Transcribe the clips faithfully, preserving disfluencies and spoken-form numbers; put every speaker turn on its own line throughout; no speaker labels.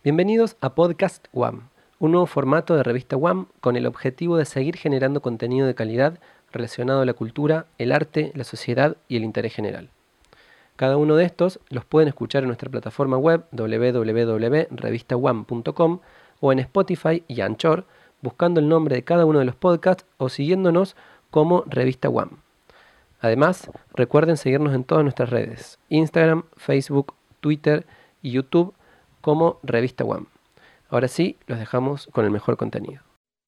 Bienvenidos a Podcast U A M, un nuevo formato de revista U A M con el objetivo de seguir generando contenido de calidad relacionado a la cultura, el arte, la sociedad y el interés general. Cada uno de estos los pueden escuchar en nuestra plataforma web doble u doble u doble u punto revista u a m punto com o en Spotify y Anchor, buscando el nombre de cada uno de los podcasts o siguiéndonos como Revista U A M. Además, recuerden seguirnos en todas nuestras redes, Instagram, Facebook, Twitter y YouTube como Revista U A M. Ahora sí, los dejamos con el mejor contenido.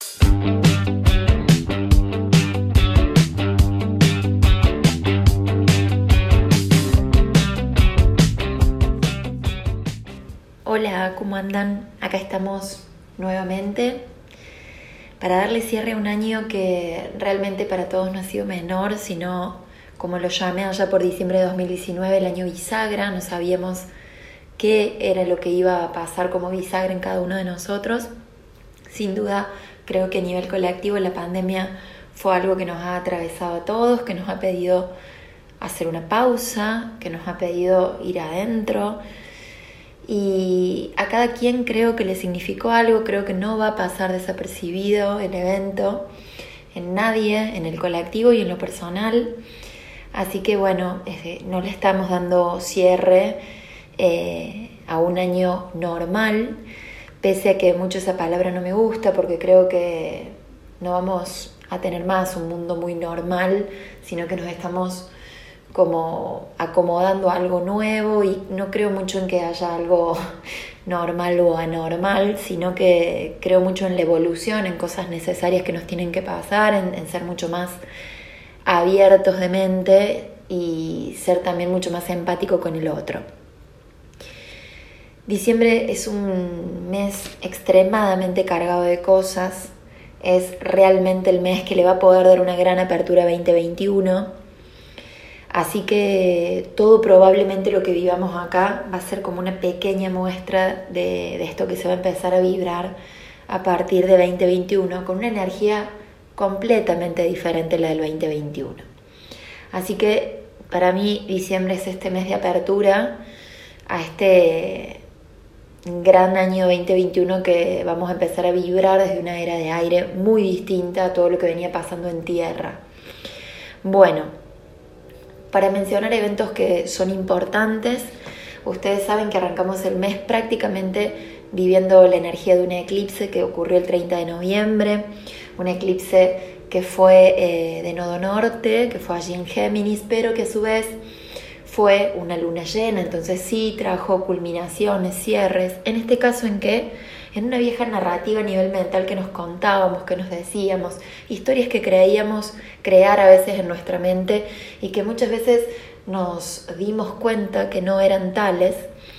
Hola, ¿cómo andan? Acá estamos nuevamente para darle cierre a un año que realmente para todos no ha sido menor, sino, como lo llamé allá por diciembre de dos mil diecinueve, el año bisagra. No sabíamos qué era lo que iba a pasar como bisagra en cada uno de nosotros. Sin duda, creo que a nivel colectivo la pandemia fue algo que nos ha atravesado a todos, que nos ha pedido hacer una pausa, que nos ha pedido ir adentro. Y a cada quien creo que le significó algo, creo que no va a pasar desapercibido el evento en nadie, en el colectivo y en lo personal. Así que bueno, no le estamos dando cierre eh, a un año normal, pese a que mucho esa palabra no me gusta, porque creo que no vamos a tener más un mundo muy normal, sino que nos estamos como acomodando a algo nuevo, y no creo mucho en que haya algo normal o anormal, sino que creo mucho en la evolución, en cosas necesarias que nos tienen que pasar, en, en ser mucho más abiertos de mente y ser también mucho más empático con el otro. Diciembre es un mes extremadamente cargado de cosas, es realmente el mes que le va a poder dar una gran apertura a veinte veintiuno. Así que todo probablemente lo que vivamos acá va a ser como una pequeña muestra de, de esto que se va a empezar a vibrar a partir de veinte veintiuno, con una energía completamente diferente a la del veinte veintiuno. Así que para mí diciembre es este mes de apertura a este gran año veinte veintiuno que vamos a empezar a vibrar desde una era de aire muy distinta a todo lo que venía pasando en tierra. Bueno, para mencionar eventos que son importantes, ustedes saben que arrancamos el mes prácticamente viviendo la energía de un eclipse que ocurrió el treinta de noviembre, un eclipse que fue eh, de nodo norte, que fue allí en Géminis, pero que a su vez fue una luna llena, entonces sí trajo culminaciones, cierres, en este caso en que en una vieja narrativa a nivel mental que nos contábamos, que nos decíamos, historias que creíamos crear a veces en nuestra mente y que muchas veces nos dimos cuenta que no eran tales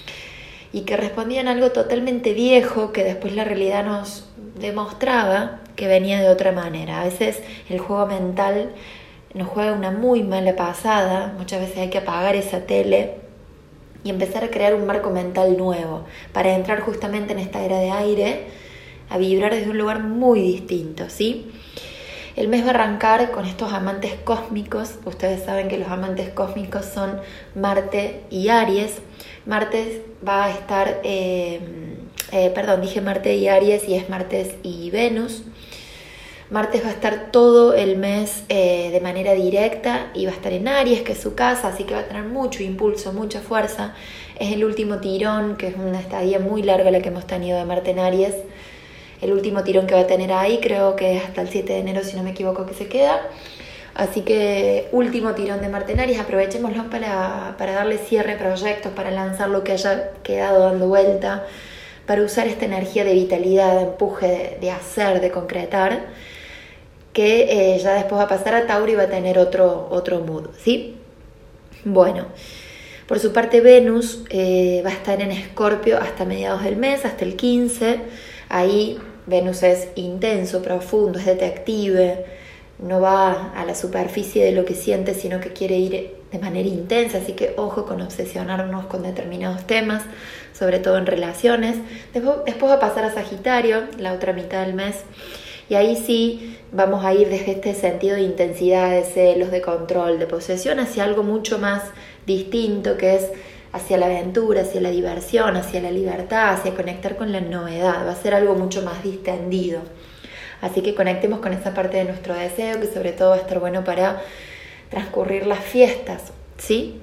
y que respondían a algo totalmente viejo que después la realidad nos demostraba que venía de otra manera. A veces el juego mental nos juega una muy mala pasada, muchas veces hay que apagar esa tele y empezar a crear un marco mental nuevo para entrar justamente en esta era de aire, a vibrar desde un lugar muy distinto, ¿sí? El mes va a arrancar con estos amantes cósmicos. Ustedes saben que los amantes cósmicos son Marte y Aries. Marte va a estar, eh, eh, perdón, dije Marte y Aries y es Marte y Venus. Marte va a estar todo el mes eh, de manera directa y va a estar en Aries, que es su casa, así que va a tener mucho impulso, mucha fuerza. Es el último tirón, que es una estadía muy larga la que hemos tenido de Marte en Aries. El último tirón que va a tener ahí, creo que es hasta el siete de enero, si no me equivoco, que se queda. Así que último tirón de Marte en Aries, aprovechémoslo para, para darle cierre a proyectos, para lanzar lo que haya quedado dando vuelta, para usar esta energía de vitalidad, de empuje, de, de hacer, de concretar, que eh, ya después va a pasar a Tauro y va a tener otro, otro mood, ¿sí? Bueno, por su parte Venus eh, va a estar en Escorpio hasta mediados del mes, hasta el quince. Ahí Venus es intenso, profundo, es detective, no va a la superficie de lo que siente, sino que quiere ir de manera intensa, así que ojo con obsesionarnos con determinados temas, sobre todo en relaciones. Después, después va a pasar a Sagitario, la otra mitad del mes, y ahí sí vamos a ir desde este sentido de intensidad, de celos, de control, de posesión, hacia algo mucho más distinto, que es hacia la aventura, hacia la diversión, hacia la libertad, hacia conectar con la novedad. Va a ser algo mucho más distendido. Así que conectemos con esa parte de nuestro deseo, que sobre todo va a estar bueno para transcurrir las fiestas, ¿sí?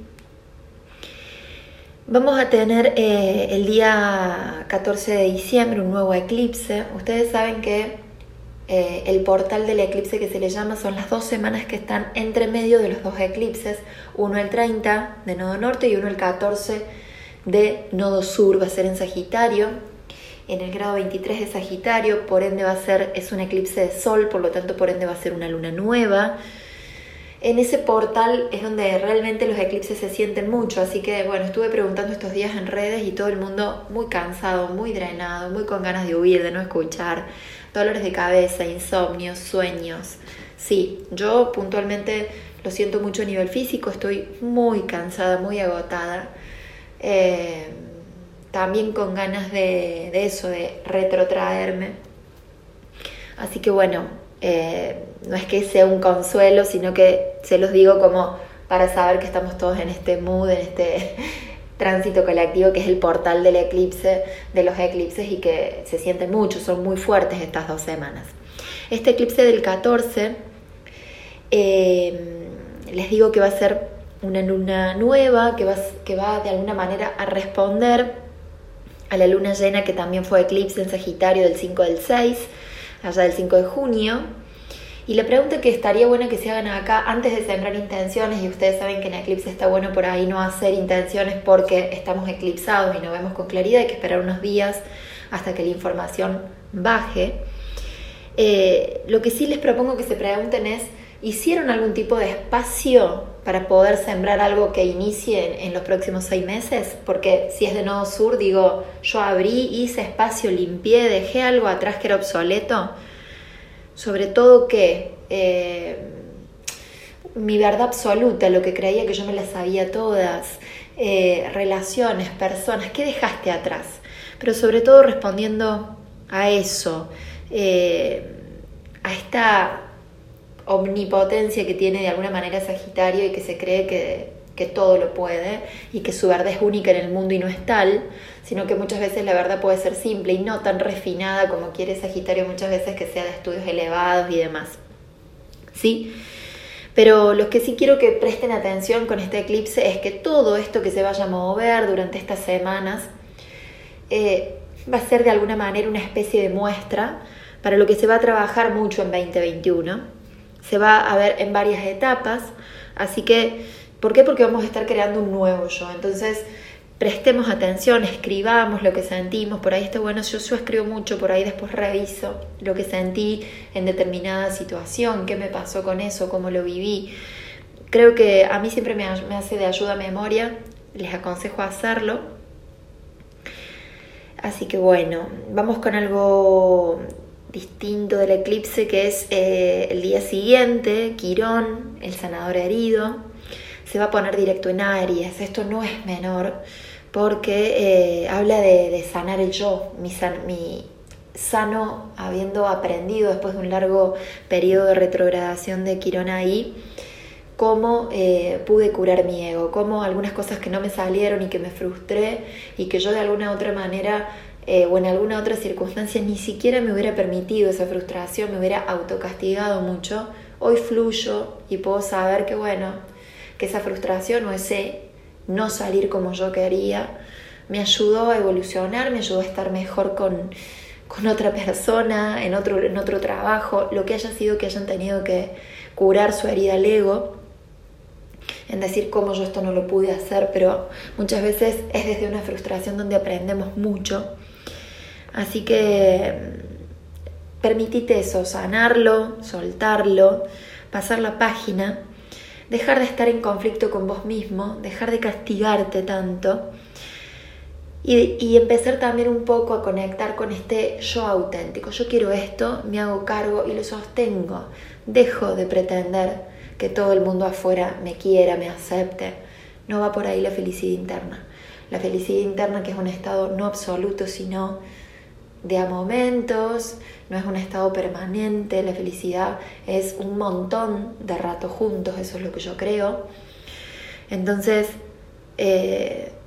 Vamos a tener eh, el día catorce de diciembre un nuevo eclipse. Ustedes saben que eh, el portal del eclipse, que se le llama, son las dos semanas que están entre medio de los dos eclipses. Uno el treinta de nodo norte y uno el catorce de nodo sur. Va a ser en Sagitario, en el grado veintitrés de Sagitario. Por ende va a ser, es un eclipse de sol, por lo tanto por ende va a ser una luna nueva. En ese portal es donde realmente los eclipses se sienten mucho, así que bueno, estuve preguntando estos días en redes y todo el mundo muy cansado, muy drenado, muy con ganas de huir, de no escuchar, dolores de cabeza, insomnios, sueños. Sí, yo puntualmente lo siento mucho a nivel físico, estoy muy cansada, muy agotada, eh, también con ganas de, de eso, de retrotraerme. Así que bueno, Eh, no es que sea un consuelo, sino que se los digo como para saber que estamos todos en este mood, en este tránsito colectivo que es el portal del eclipse, de los eclipses, y que se sienten mucho, son muy fuertes estas dos semanas. Este eclipse del catorce, eh, les digo que va a ser una luna nueva, que va, que va de alguna manera a responder a la luna llena que también fue eclipse en Sagitario del cinco del seis, allá del cinco de junio. Y la pregunta que estaría buena que se hagan acá antes de sembrar intenciones, y ustedes saben que en eclipse está bueno por ahí no hacer intenciones porque estamos eclipsados y no vemos con claridad, hay que esperar unos días hasta que la información baje. Eh, lo que sí les propongo que se pregunten es, ¿hicieron algún tipo de espacio para poder sembrar algo que inicie en, en los próximos seis meses? Porque si es de nodo sur, digo, yo abrí, hice espacio, limpié, dejé algo atrás que era obsoleto. Sobre todo que eh, mi verdad absoluta, lo que creía que yo me las sabía todas, eh, relaciones, personas, ¿qué dejaste atrás? Pero sobre todo respondiendo a eso, eh, a esta omnipotencia que tiene de alguna manera Sagitario y que se cree que, que todo lo puede y que su verdad es única en el mundo y no es tal, sino que muchas veces la verdad puede ser simple y no tan refinada como quiere Sagitario muchas veces, que sea de estudios elevados y demás, ¿sí? Pero lo que sí quiero que presten atención con este eclipse es que todo esto que se vaya a mover durante estas semanas eh, va a ser de alguna manera una especie de muestra para lo que se va a trabajar mucho en veinte veintiuno. Se va a ver en varias etapas, así que, ¿por qué? Porque vamos a estar creando un nuevo yo. Entonces, prestemos atención, escribamos lo que sentimos. Por ahí está bueno, yo, yo escribo mucho, por ahí después reviso lo que sentí en determinada situación, qué me pasó con eso, cómo lo viví. Creo que a mí siempre me, me hace de ayuda a memoria, les aconsejo hacerlo. Así que bueno, vamos con algo distinto del eclipse, que es eh, el día siguiente, Quirón, el sanador herido, se va a poner directo en Aries. Esto no es menor porque eh, habla de, de sanar el yo, mi, san, mi sano, habiendo aprendido después de un largo periodo de retrogradación de Quirón ahí, cómo eh, pude curar mi ego, cómo algunas cosas que no me salieron y que me frustré y que yo de alguna otra manera Eh, o en alguna otra circunstancia ni siquiera me hubiera permitido esa frustración, me hubiera autocastigado mucho, hoy fluyo y puedo saber que bueno, que esa frustración o ese no salir como yo quería me ayudó a evolucionar, me ayudó a estar mejor con, con otra persona, en otro, en otro trabajo, lo que haya sido que hayan tenido que curar su herida al ego, en decir cómo yo esto no lo pude hacer, pero muchas veces es desde una frustración donde aprendemos mucho. Así que permitite eso, sanarlo, soltarlo, pasar la página, dejar de estar en conflicto con vos mismo, dejar de castigarte tanto y, y empezar también un poco a conectar con este yo auténtico. Yo quiero esto, me hago cargo y lo sostengo. Dejo de pretender que todo el mundo afuera me quiera, me acepte. No va por ahí la felicidad interna. La felicidad interna, que es un estado no absoluto, sino de a momentos, no es un estado permanente. La felicidad es un montón de rato juntos, eso es lo que yo creo. Entonces, eh,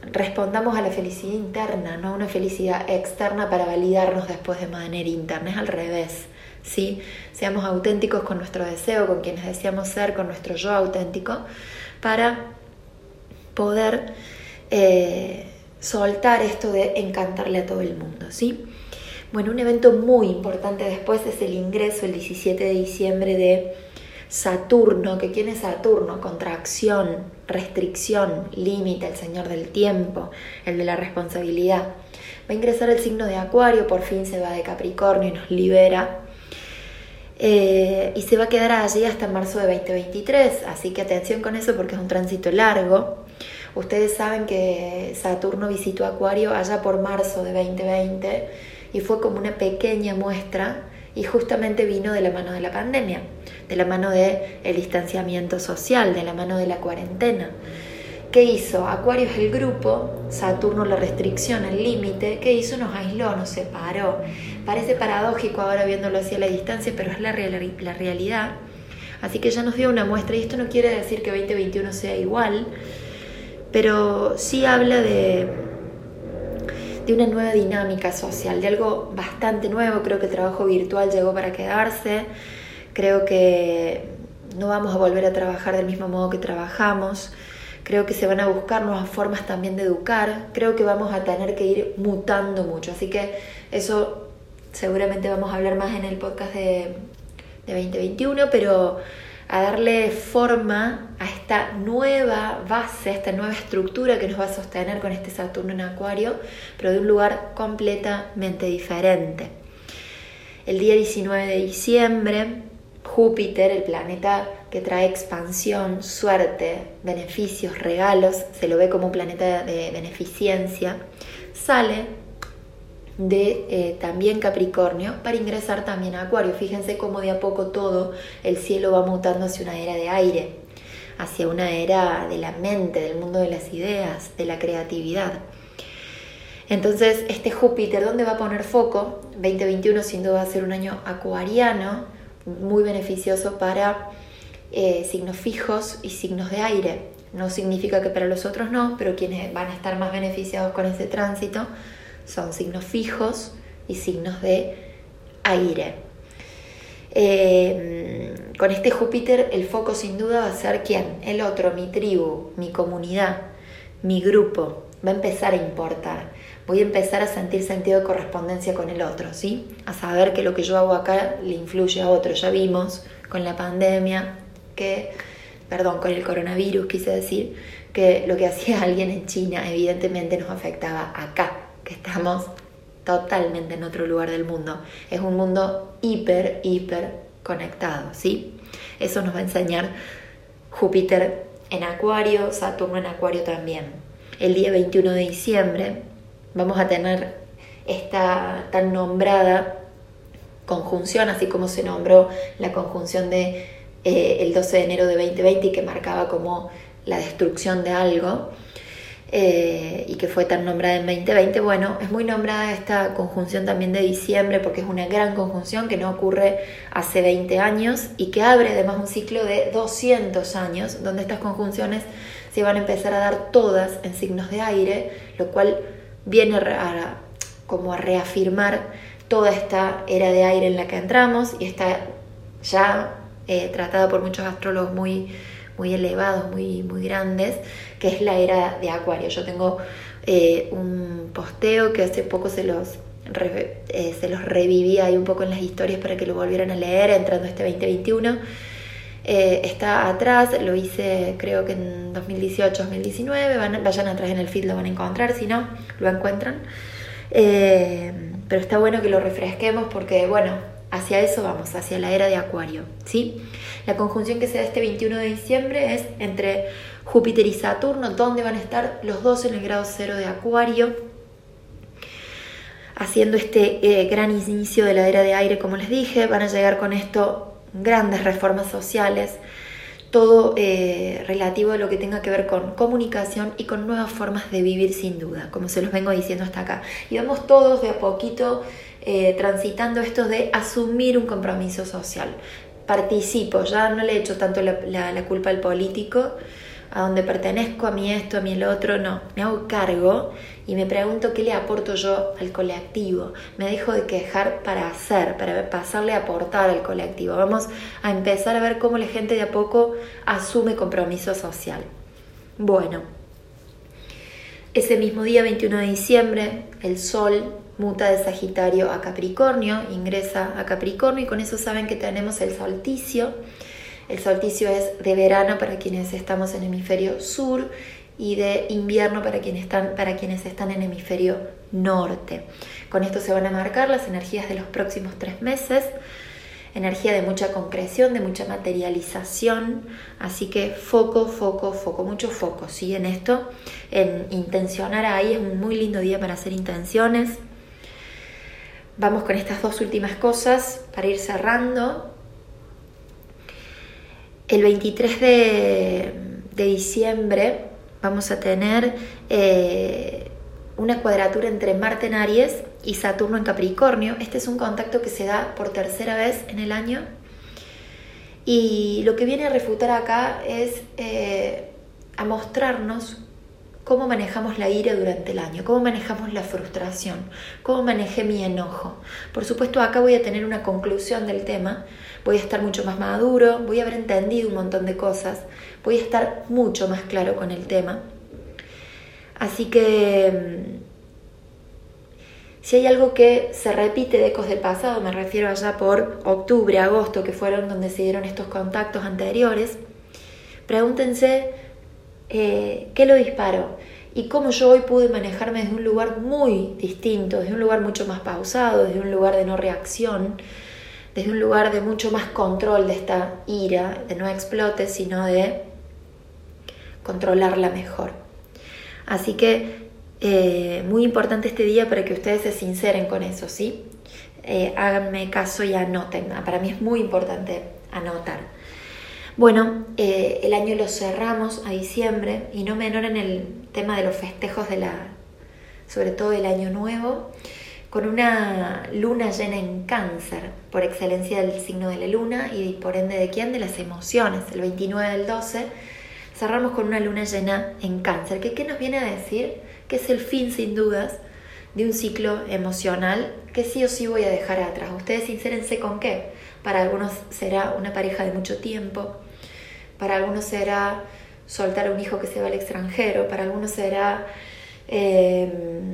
respondamos a la felicidad interna, no a una felicidad externa para validarnos después de manera interna, es al revés, ¿sí? Seamos auténticos con nuestro deseo, con quienes deseamos ser, con nuestro yo auténtico, para poder eh, soltar esto de encantarle a todo el mundo, ¿sí? Bueno, un evento muy importante después es el ingreso el diecisiete de diciembre de Saturno, que ¿quién es Saturno? Contracción, restricción, límite, el señor del tiempo, el de la responsabilidad. Va a ingresar el signo de Acuario, por fin se va de Capricornio y nos libera. Eh, y se va a quedar allí hasta marzo de veinte veintitrés, así que atención con eso porque es un tránsito largo. Ustedes saben que Saturno visitó Acuario allá por marzo de veinte veinte y fue como una pequeña muestra y justamente vino de la mano de la pandemia, de la mano del distanciamiento social, de la mano de la cuarentena. ¿Qué hizo? Acuario es el grupo, Saturno la restricción, el límite. ¿Qué hizo? Nos aisló, nos separó. Parece paradójico ahora viéndolo así a la distancia, pero es la, real, la realidad. Así que ya nos dio una muestra, y esto no quiere decir que veinte veintiuno sea igual, pero sí habla de, de una nueva dinámica social, de algo bastante nuevo. Creo que el trabajo virtual llegó para quedarse, creo que no vamos a volver a trabajar del mismo modo que trabajamos. Creo que se van a buscar nuevas formas también de educar. Creo que vamos a tener que ir mutando mucho. Así que eso seguramente vamos a hablar más en el podcast de, de veinte veintiuno, pero a darle forma a esta nueva base, a esta nueva estructura que nos va a sostener con este Saturno en Acuario, pero de un lugar completamente diferente. El día diecinueve de diciembre, Júpiter, el planeta que trae expansión, suerte, beneficios, regalos, se lo ve como un planeta de beneficencia, sale de eh, también Capricornio para ingresar también a Acuario. Fíjense cómo de a poco todo el cielo va mutando hacia una era de aire, hacia una era de la mente, del mundo de las ideas, de la creatividad. Entonces, este Júpiter, ¿dónde va a poner foco? veinte veintiuno sin duda va a ser un año acuariano, muy beneficioso para eh, signos fijos y signos de aire. No significa que para los otros no, pero quienes van a estar más beneficiados con ese tránsito son signos fijos y signos de aire. Eh, con este Júpiter el foco sin duda va a ser ¿quién? El otro, mi tribu, mi comunidad, mi grupo. Va a empezar a importar. Voy a empezar a sentir sentido de correspondencia con el otro, ¿sí? A saber que lo que yo hago acá le influye a otro. Ya vimos con la pandemia que, perdón, con el coronavirus quise decir, que lo que hacía alguien en China evidentemente nos afectaba acá, que estamos totalmente en otro lugar del mundo. Es un mundo hiper, hiper conectado, ¿sí? Eso nos va a enseñar Júpiter en Acuario, Saturno en Acuario también. El día veintiuno de diciembre vamos a tener esta tan nombrada conjunción, así como se nombró la conjunción de eh, el doce de enero de veinte veinte, que marcaba como la destrucción de algo, eh, y que fue tan nombrada en veinte veinte. Bueno, es muy nombrada esta conjunción también de diciembre porque es una gran conjunción que no ocurre hace veinte años y que abre además un ciclo de doscientos años, donde estas conjunciones se van a empezar a dar todas en signos de aire, lo cual viene a, como a reafirmar toda esta era de aire en la que entramos y está ya eh, tratada por muchos astrólogos muy, muy elevados, muy, muy grandes, que es la era de Acuario. Yo tengo eh, un posteo que hace poco se los, re, eh, se los reviví ahí un poco en las historias para que lo volvieran a leer entrando este veinte veintiuno. Eh, está atrás, lo hice creo que en dos mil dieciocho dos mil diecinueve, van, vayan atrás en el feed, lo van a encontrar, si no, lo encuentran. Eh, pero está bueno que lo refresquemos porque, bueno, hacia eso vamos, hacia la era de Acuario, ¿sí? La conjunción que se da este veintiuno de diciembre es entre Júpiter y Saturno, donde van a estar los dos en el grado cero de Acuario, haciendo este eh, gran inicio de la era de aire, como les dije. Van a llegar con esto grandes reformas sociales, todo eh, relativo a lo que tenga que ver con comunicación y con nuevas formas de vivir sin duda, como se los vengo diciendo hasta acá. Y vamos todos de a poquito eh, transitando esto de asumir un compromiso social. Participo, ya no le echo tanto la, la, la culpa al político a donde pertenezco, a mí esto, a mí el otro, no, me hago cargo y me pregunto qué le aporto yo al colectivo, me dejo de quejar para hacer, para pasarle a aportar al colectivo, vamos a empezar a ver cómo la gente de a poco asume compromiso social. Bueno, ese mismo día, veintiuno de diciembre, el Sol muta de Sagitario a Capricornio, ingresa a Capricornio y con eso saben que tenemos el solsticio. El solsticio es de verano para quienes estamos en hemisferio sur y de invierno para quienes están, para quienes están en hemisferio norte. Con esto se van a marcar las energías de los próximos tres meses, energía de mucha concreción, de mucha materialización, así que foco, foco, foco, mucho foco, ¿sí? En esto, en intencionar ahí, es un muy lindo día para hacer intenciones. Vamos con estas dos últimas cosas para ir cerrando. El veintitrés de, de diciembre vamos a tener eh, una cuadratura entre Marte en Aries y Saturno en Capricornio. Este es un contacto que se da por tercera vez en el año y lo que viene a refutar acá es eh, a mostrarnos cómo manejamos la ira durante el año, cómo manejamos la frustración, cómo manejé mi enojo. Por supuesto, acá voy a tener una conclusión del tema, voy a estar mucho más maduro, voy a haber entendido un montón de cosas, voy a estar mucho más claro con el tema. Así que si hay algo que se repite de ecos del pasado, me refiero allá por octubre, agosto, que fueron donde se dieron estos contactos anteriores, pregúntense eh, qué lo disparó y cómo yo hoy pude manejarme desde un lugar muy distinto, desde un lugar mucho más pausado, desde un lugar de no reacción, desde un lugar de mucho más control de esta ira, de no explote, sino de controlarla mejor. Así que eh, muy importante este día para que ustedes se sinceren con eso, ¿sí? Eh, háganme caso y anoten. Para mí es muy importante anotar. Bueno, eh, el año lo cerramos a diciembre y no menor en el tema de los festejos de la, sobre todo del Año Nuevo, con una luna llena en Cáncer, por excelencia del signo de la luna y por ende de quién, de las emociones. El veintinueve del doce cerramos con una luna llena en Cáncer, que ¿qué nos viene a decir? Que es el fin sin dudas de un ciclo emocional que sí o sí voy a dejar atrás. Ustedes sincérense con qué. Para algunos será una pareja de mucho tiempo, para algunos será soltar a un hijo que se va al extranjero, para algunos será eh,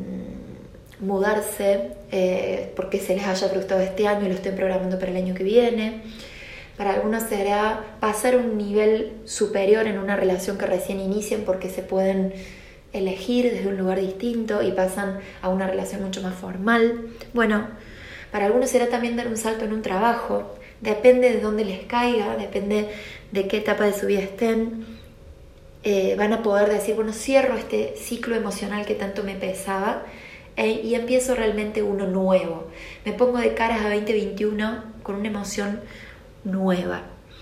mudarse eh, porque se les haya frustrado este año y lo estén programando para el año que viene. Para algunos será pasar un nivel superior en una relación que recién inician porque se pueden elegir desde un lugar distinto y pasan a una relación mucho más formal. Bueno, para algunos será también dar un salto en un trabajo. Depende de dónde les caiga, depende de qué etapa de su vida estén. Eh, van a poder decir, bueno, cierro este ciclo emocional que tanto me pesaba eh, y empiezo realmente uno nuevo. Me pongo de caras a veinte veintiuno con una emoción nueva.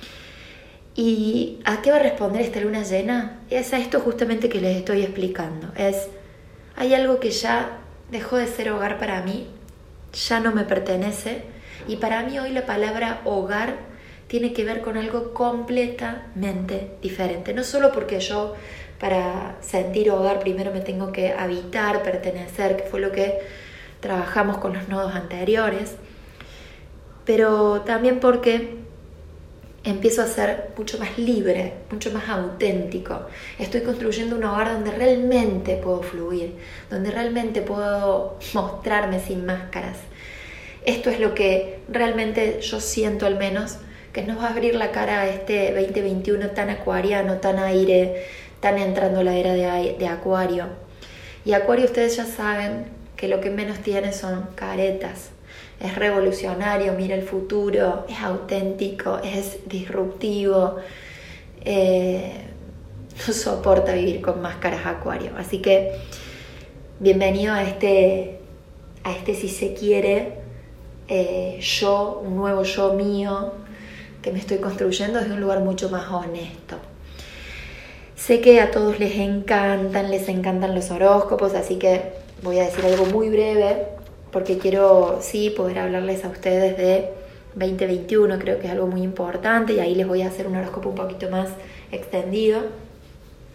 ¿Y a qué va a responder esta luna llena? Es a esto justamente que les estoy explicando. Es, hay algo que ya dejó de ser hogar para mí, ya no me pertenece, y para mí hoy la palabra hogar tiene que ver con algo completamente diferente. No solo porque yo para sentir hogar primero me tengo que habitar, pertenecer, que fue lo que trabajamos con los nodos anteriores, pero también porque empiezo a ser mucho más libre, mucho más auténtico. Estoy construyendo un hogar donde realmente puedo fluir, donde realmente puedo mostrarme sin máscaras. Esto es lo que realmente yo siento, al menos, que nos va a abrir la cara a este veinte veintiuno tan acuariano, tan aire, tan entrando la era de, de Acuario. Y Acuario, ustedes ya saben que lo que menos tiene son caretas. Es revolucionario, mira el futuro, es auténtico, es disruptivo, eh, no soporta vivir con máscaras Acuario. Así que bienvenido a este, a este si se quiere, eh, yo, un nuevo yo mío, que me estoy construyendo desde un lugar mucho más honesto. Sé que a todos les encantan, les encantan los horóscopos, así que voy a decir algo muy breve, porque quiero sí poder hablarles a ustedes de veinte veintiuno, creo que es algo muy importante, y ahí les voy a hacer un horóscopo un poquito más extendido.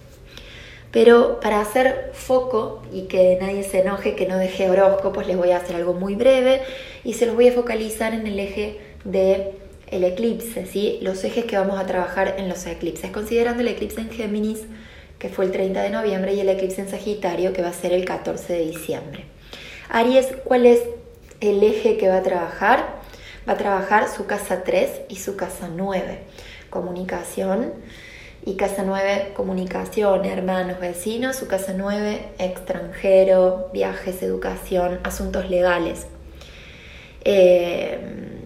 Pero para hacer foco y que nadie se enoje, que no deje horóscopos, les voy a hacer algo muy breve y se los voy a focalizar en el eje del eclipse, ¿sí? Los ejes que vamos a trabajar en los eclipses, considerando el eclipse en Géminis, que fue el treinta de noviembre, y el eclipse en Sagitario, que va a ser el catorce de diciembre. Aries, ¿cuál es el eje que va a trabajar? Va a trabajar su casa tres y su casa nueve, comunicación. Y casa nueve, comunicación, hermanos, vecinos. Su casa nueve, extranjero, viajes, educación, asuntos legales. Eh,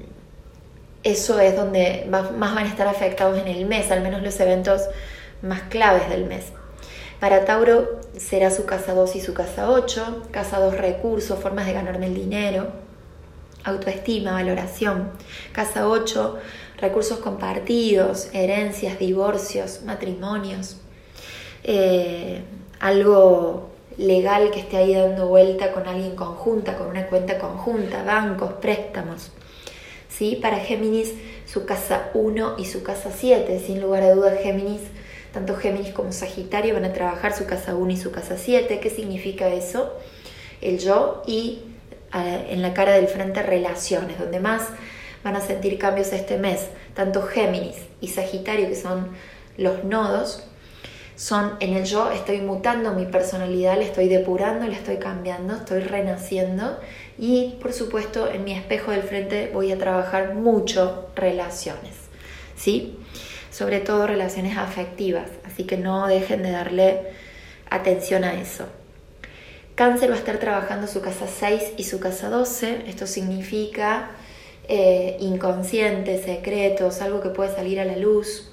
eso es donde más, más van a estar afectados en el mes, al menos los eventos más claves del mes. Para Tauro será su casa dos y su casa ocho. Casa dos, recursos, formas de ganarme el dinero, autoestima, valoración. Casa ocho, recursos compartidos, herencias, divorcios, matrimonios, eh, algo legal que esté ahí dando vuelta con alguien conjunta, con una cuenta conjunta, bancos, préstamos. ¿Sí? Para Géminis, su casa uno y su casa siete, sin lugar a dudas Géminis, tanto Géminis como Sagitario van a trabajar su casa uno y su casa siete. ¿Qué significa eso? El yo y eh, en la cara del frente relaciones, donde más van a sentir cambios este mes. Tanto Géminis y Sagitario, que son los nodos, son en el yo, estoy mutando mi personalidad, le estoy depurando, le estoy cambiando, estoy renaciendo. Y por supuesto en mi espejo del frente voy a trabajar mucho relaciones, ¿sí? Sobre todo relaciones afectivas, así que no dejen de darle atención a eso. Cáncer va a estar trabajando su casa seis y su casa doce. Esto significa eh, inconscientes, secretos, algo que puede salir a la luz.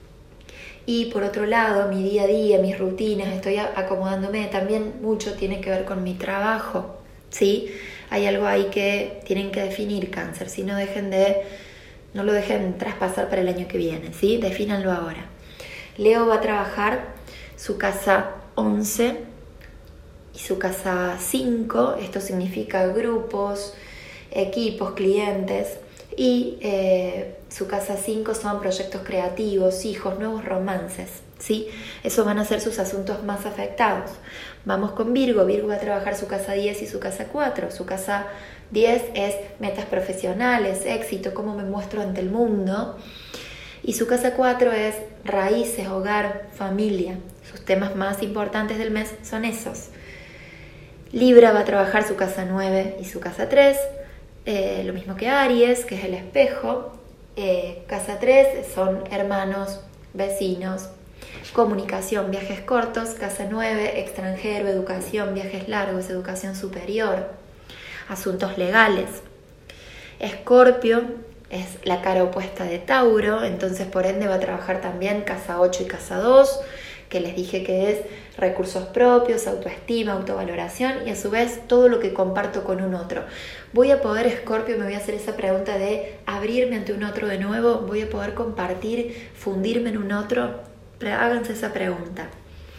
Y por otro lado, mi día a día, mis rutinas, estoy acomodándome, también mucho tiene que ver con mi trabajo, ¿sí? Hay algo ahí que tienen que definir, Cáncer, si no dejen de, no lo dejen traspasar para el año que viene, ¿sí? Defínanlo ahora. Leo va a trabajar su casa once y su casa cinco, esto significa grupos, equipos, clientes, y eh, su casa cinco son proyectos creativos, hijos, nuevos romances, ¿sí? Esos van a ser sus asuntos más afectados. Vamos con Virgo. Virgo va a trabajar su casa diez y su casa cuatro. Su casa diez es metas profesionales, éxito, cómo me muestro ante el mundo. Y su casa cuatro es raíces, hogar, familia. Sus temas más importantes del mes son esos. Libra va a trabajar su casa nueve y su casa tres. Eh, lo mismo que Aries, que es el espejo. Eh, casa tres son hermanos, vecinos, comunicación, viajes cortos. Casa nueve, extranjero, educación, viajes largos, educación superior, asuntos legales. Escorpio es la cara opuesta de Tauro, entonces por ende va a trabajar también casa ocho y casa dos, que les dije que es recursos propios, autoestima, autovaloración y a su vez todo lo que comparto con un otro. ¿Voy a poder, Escorpio, me voy a hacer esa pregunta de abrirme ante un otro de nuevo? ¿Voy a poder compartir, fundirme en un otro? Háganse esa pregunta.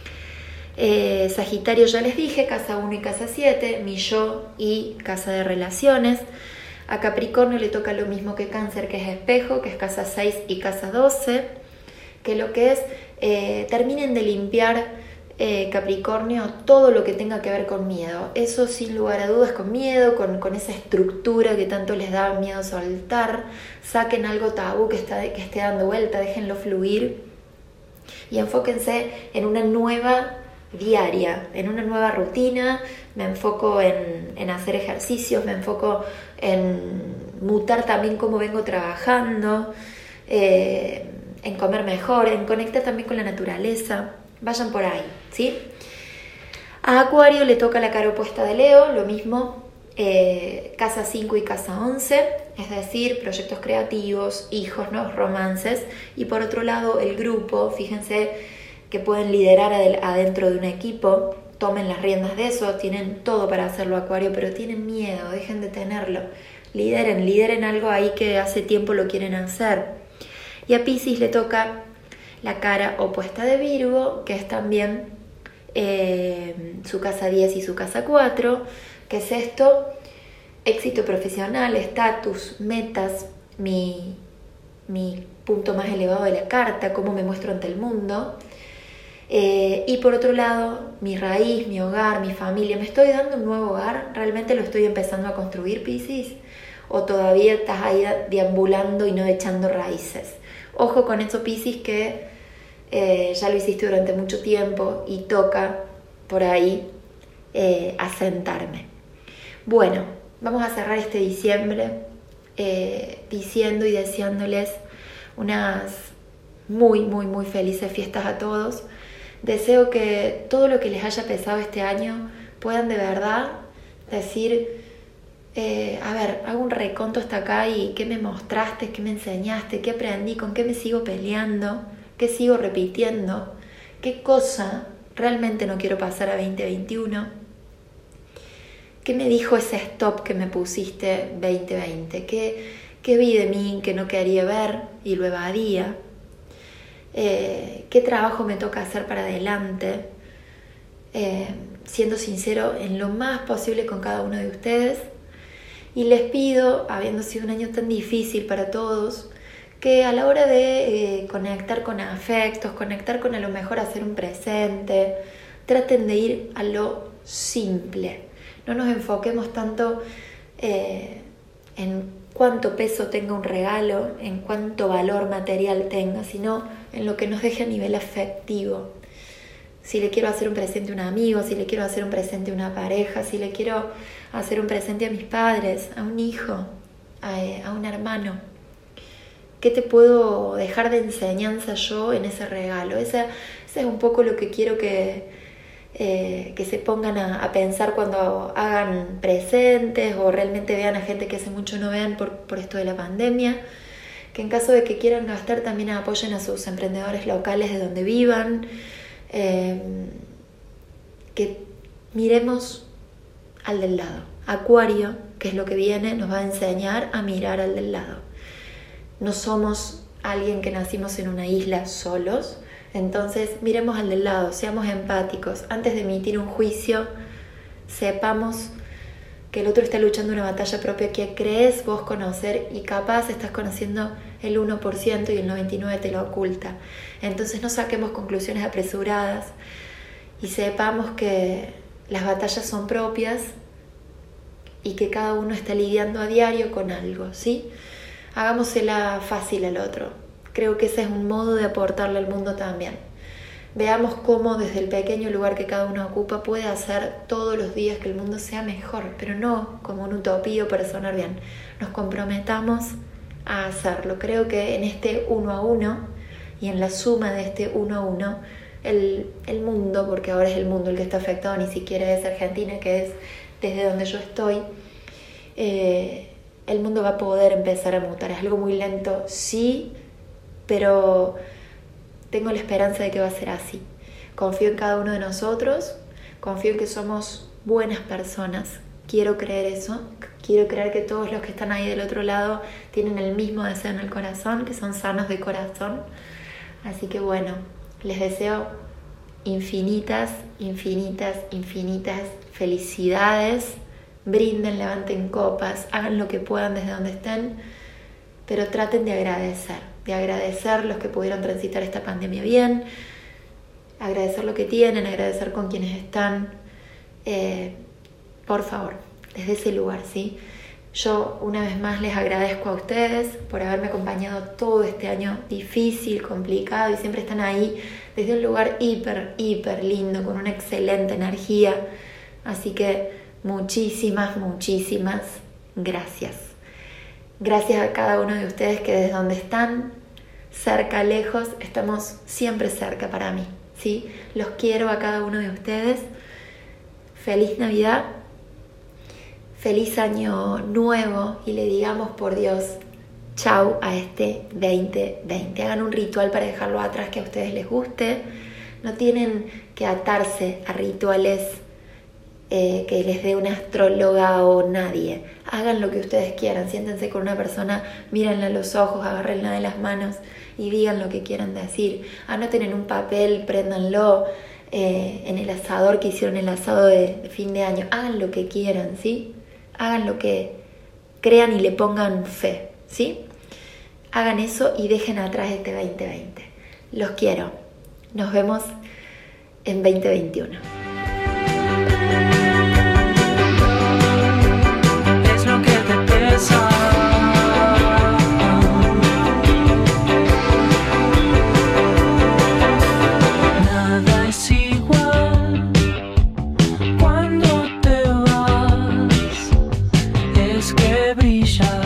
Eh, Sagitario ya les dije, casa uno y casa siete, mi yo y casa de relaciones. A Capricornio le toca lo mismo que Cáncer, que es espejo, que es casa seis y casa doce, que lo que es, eh, terminen de limpiar eh, Capricornio todo lo que tenga que ver con miedo. Eso sin lugar a dudas, con miedo, con, con esa estructura que tanto les da miedo soltar. Saquen algo tabú que, está, que esté dando vuelta, déjenlo fluir y enfóquense en una nueva diaria, en una nueva rutina. Me enfoco en, en hacer ejercicios, me enfoco en mutar también cómo vengo trabajando, eh, en comer mejor, en conectar también con la naturaleza. Vayan por ahí, ¿sí? A Acuario le toca la cara opuesta de Leo, lo mismo, eh, casa cinco y casa once, es decir, proyectos creativos, hijos, nuevos romances. Y por otro lado, el grupo, fíjense que pueden liderar adentro de un equipo, tomen las riendas de eso, tienen todo para hacerlo, Acuario, pero tienen miedo, dejen de tenerlo. Lideren, lideren algo ahí que hace tiempo lo quieren hacer. Y a Piscis le toca la cara opuesta de Virgo, que es también eh, su casa diez y su casa cuatro. ¿Qué es esto? Éxito profesional, estatus, metas, mi, mi punto más elevado de la carta, cómo me muestro ante el mundo. Eh, y por otro lado, mi raíz, mi hogar, mi familia. ¿Me estoy dando un nuevo hogar? ¿Realmente lo estoy empezando a construir, Piscis? ¿O todavía estás ahí deambulando y no echando raíces? Ojo con eso, Piscis, que eh, ya lo hiciste durante mucho tiempo y toca por ahí eh, asentarme. Bueno, vamos a cerrar este diciembre eh, diciendo y deseándoles unas muy, muy, muy felices fiestas a todos. Deseo que todo lo que les haya pesado este año puedan de verdad decir, eh, a ver, hago un reconto hasta acá y qué me mostraste, qué me enseñaste, qué aprendí, con qué me sigo peleando, qué sigo repitiendo, qué cosa realmente no quiero pasar a veinte veintiuno, qué me dijo ese stop que me pusiste veinte veinte, qué, qué vi de mí que no quería ver y lo evadía. Eh, qué trabajo me toca hacer para adelante, eh, siendo sincero en lo más posible con cada uno de ustedes. Y les pido, habiendo sido un año tan difícil para todos, que a la hora de eh, conectar con afectos, conectar con a lo mejor hacer un presente, traten de ir a lo simple. No nos enfoquemos tanto eh, en cuánto peso tenga un regalo, en cuánto valor material tenga, sino en lo que nos deje a nivel afectivo. Si le quiero hacer un presente a un amigo, si le quiero hacer un presente a una pareja, si le quiero hacer un presente a mis padres, a un hijo, a, a un hermano, ¿qué te puedo dejar de enseñanza yo en ese regalo? Ese, ese es un poco lo que quiero que, eh, que se pongan a, a pensar cuando hagan presentes o realmente vean a gente que hace mucho no vean por, por esto de la pandemia. Que en caso de que quieran gastar también apoyen a sus emprendedores locales de donde vivan, eh, que miremos al del lado. Acuario, que es lo que viene, nos va a enseñar a mirar al del lado. No somos alguien que nacimos en una isla solos, entonces miremos al del lado, seamos empáticos. Antes de emitir un juicio, sepamos que el otro está luchando una batalla propia que crees vos conocer y capaz estás conociendo el uno por ciento y el noventa y nueve por ciento te lo oculta. Entonces no saquemos conclusiones apresuradas y sepamos que las batallas son propias y que cada uno está lidiando a diario con algo, ¿sí? Hagámosela fácil al otro. Creo que ese es un modo de aportarle al mundo también. Veamos cómo desde el pequeño lugar que cada uno ocupa puede hacer todos los días que el mundo sea mejor, pero no como un utopía para sonar bien. Nos comprometamos a hacerlo. Creo que en este uno a uno y en la suma de este uno a uno, el, el mundo, porque ahora es el mundo el que está afectado, ni siquiera es Argentina, que es desde donde yo estoy, eh, el mundo va a poder empezar a mutar. Es algo muy lento, sí, pero tengo la esperanza de que va a ser así. Confío en cada uno de nosotros, confío en que somos buenas personas. Quiero creer eso, quiero creer que todos los que están ahí del otro lado tienen el mismo deseo en el corazón, que son sanos de corazón. Así que bueno, les deseo infinitas, infinitas, infinitas felicidades. Brinden, levanten copas, hagan lo que puedan desde donde estén, pero traten de agradecer, de agradecer los que pudieron transitar esta pandemia bien, agradecer lo que tienen, agradecer con quienes están, eh, por favor, desde ese lugar, ¿sí? Yo una vez más les agradezco a ustedes por haberme acompañado todo este año difícil, complicado, y siempre están ahí desde un lugar hiper, hiper lindo, con una excelente energía, así que muchísimas, muchísimas gracias. Gracias a cada uno de ustedes que desde donde están, cerca, lejos, estamos siempre cerca para mí, ¿sí? Los quiero a cada uno de ustedes. Feliz Navidad, feliz año nuevo y le digamos por Dios chau a este veinte veinte. Hagan un ritual para dejarlo atrás que a ustedes les guste. No tienen que atarse a rituales Eh, que les dé una astróloga o nadie. Hagan lo que ustedes quieran, siéntense con una persona, mírenla a los ojos, agárrenla de las manos y digan lo que quieran decir. Anoten en un papel, préndanlo eh, en el asador que hicieron el asado de, de fin de año. Hagan lo que quieran, ¿sí? Hagan lo que crean y le pongan fe, ¿sí? Hagan eso y dejen atrás este veinte veinte. Los quiero. Nos vemos en veinte veintiuno.
Es lo que te pesa. Nada es igual cuando te vas. Es que brilla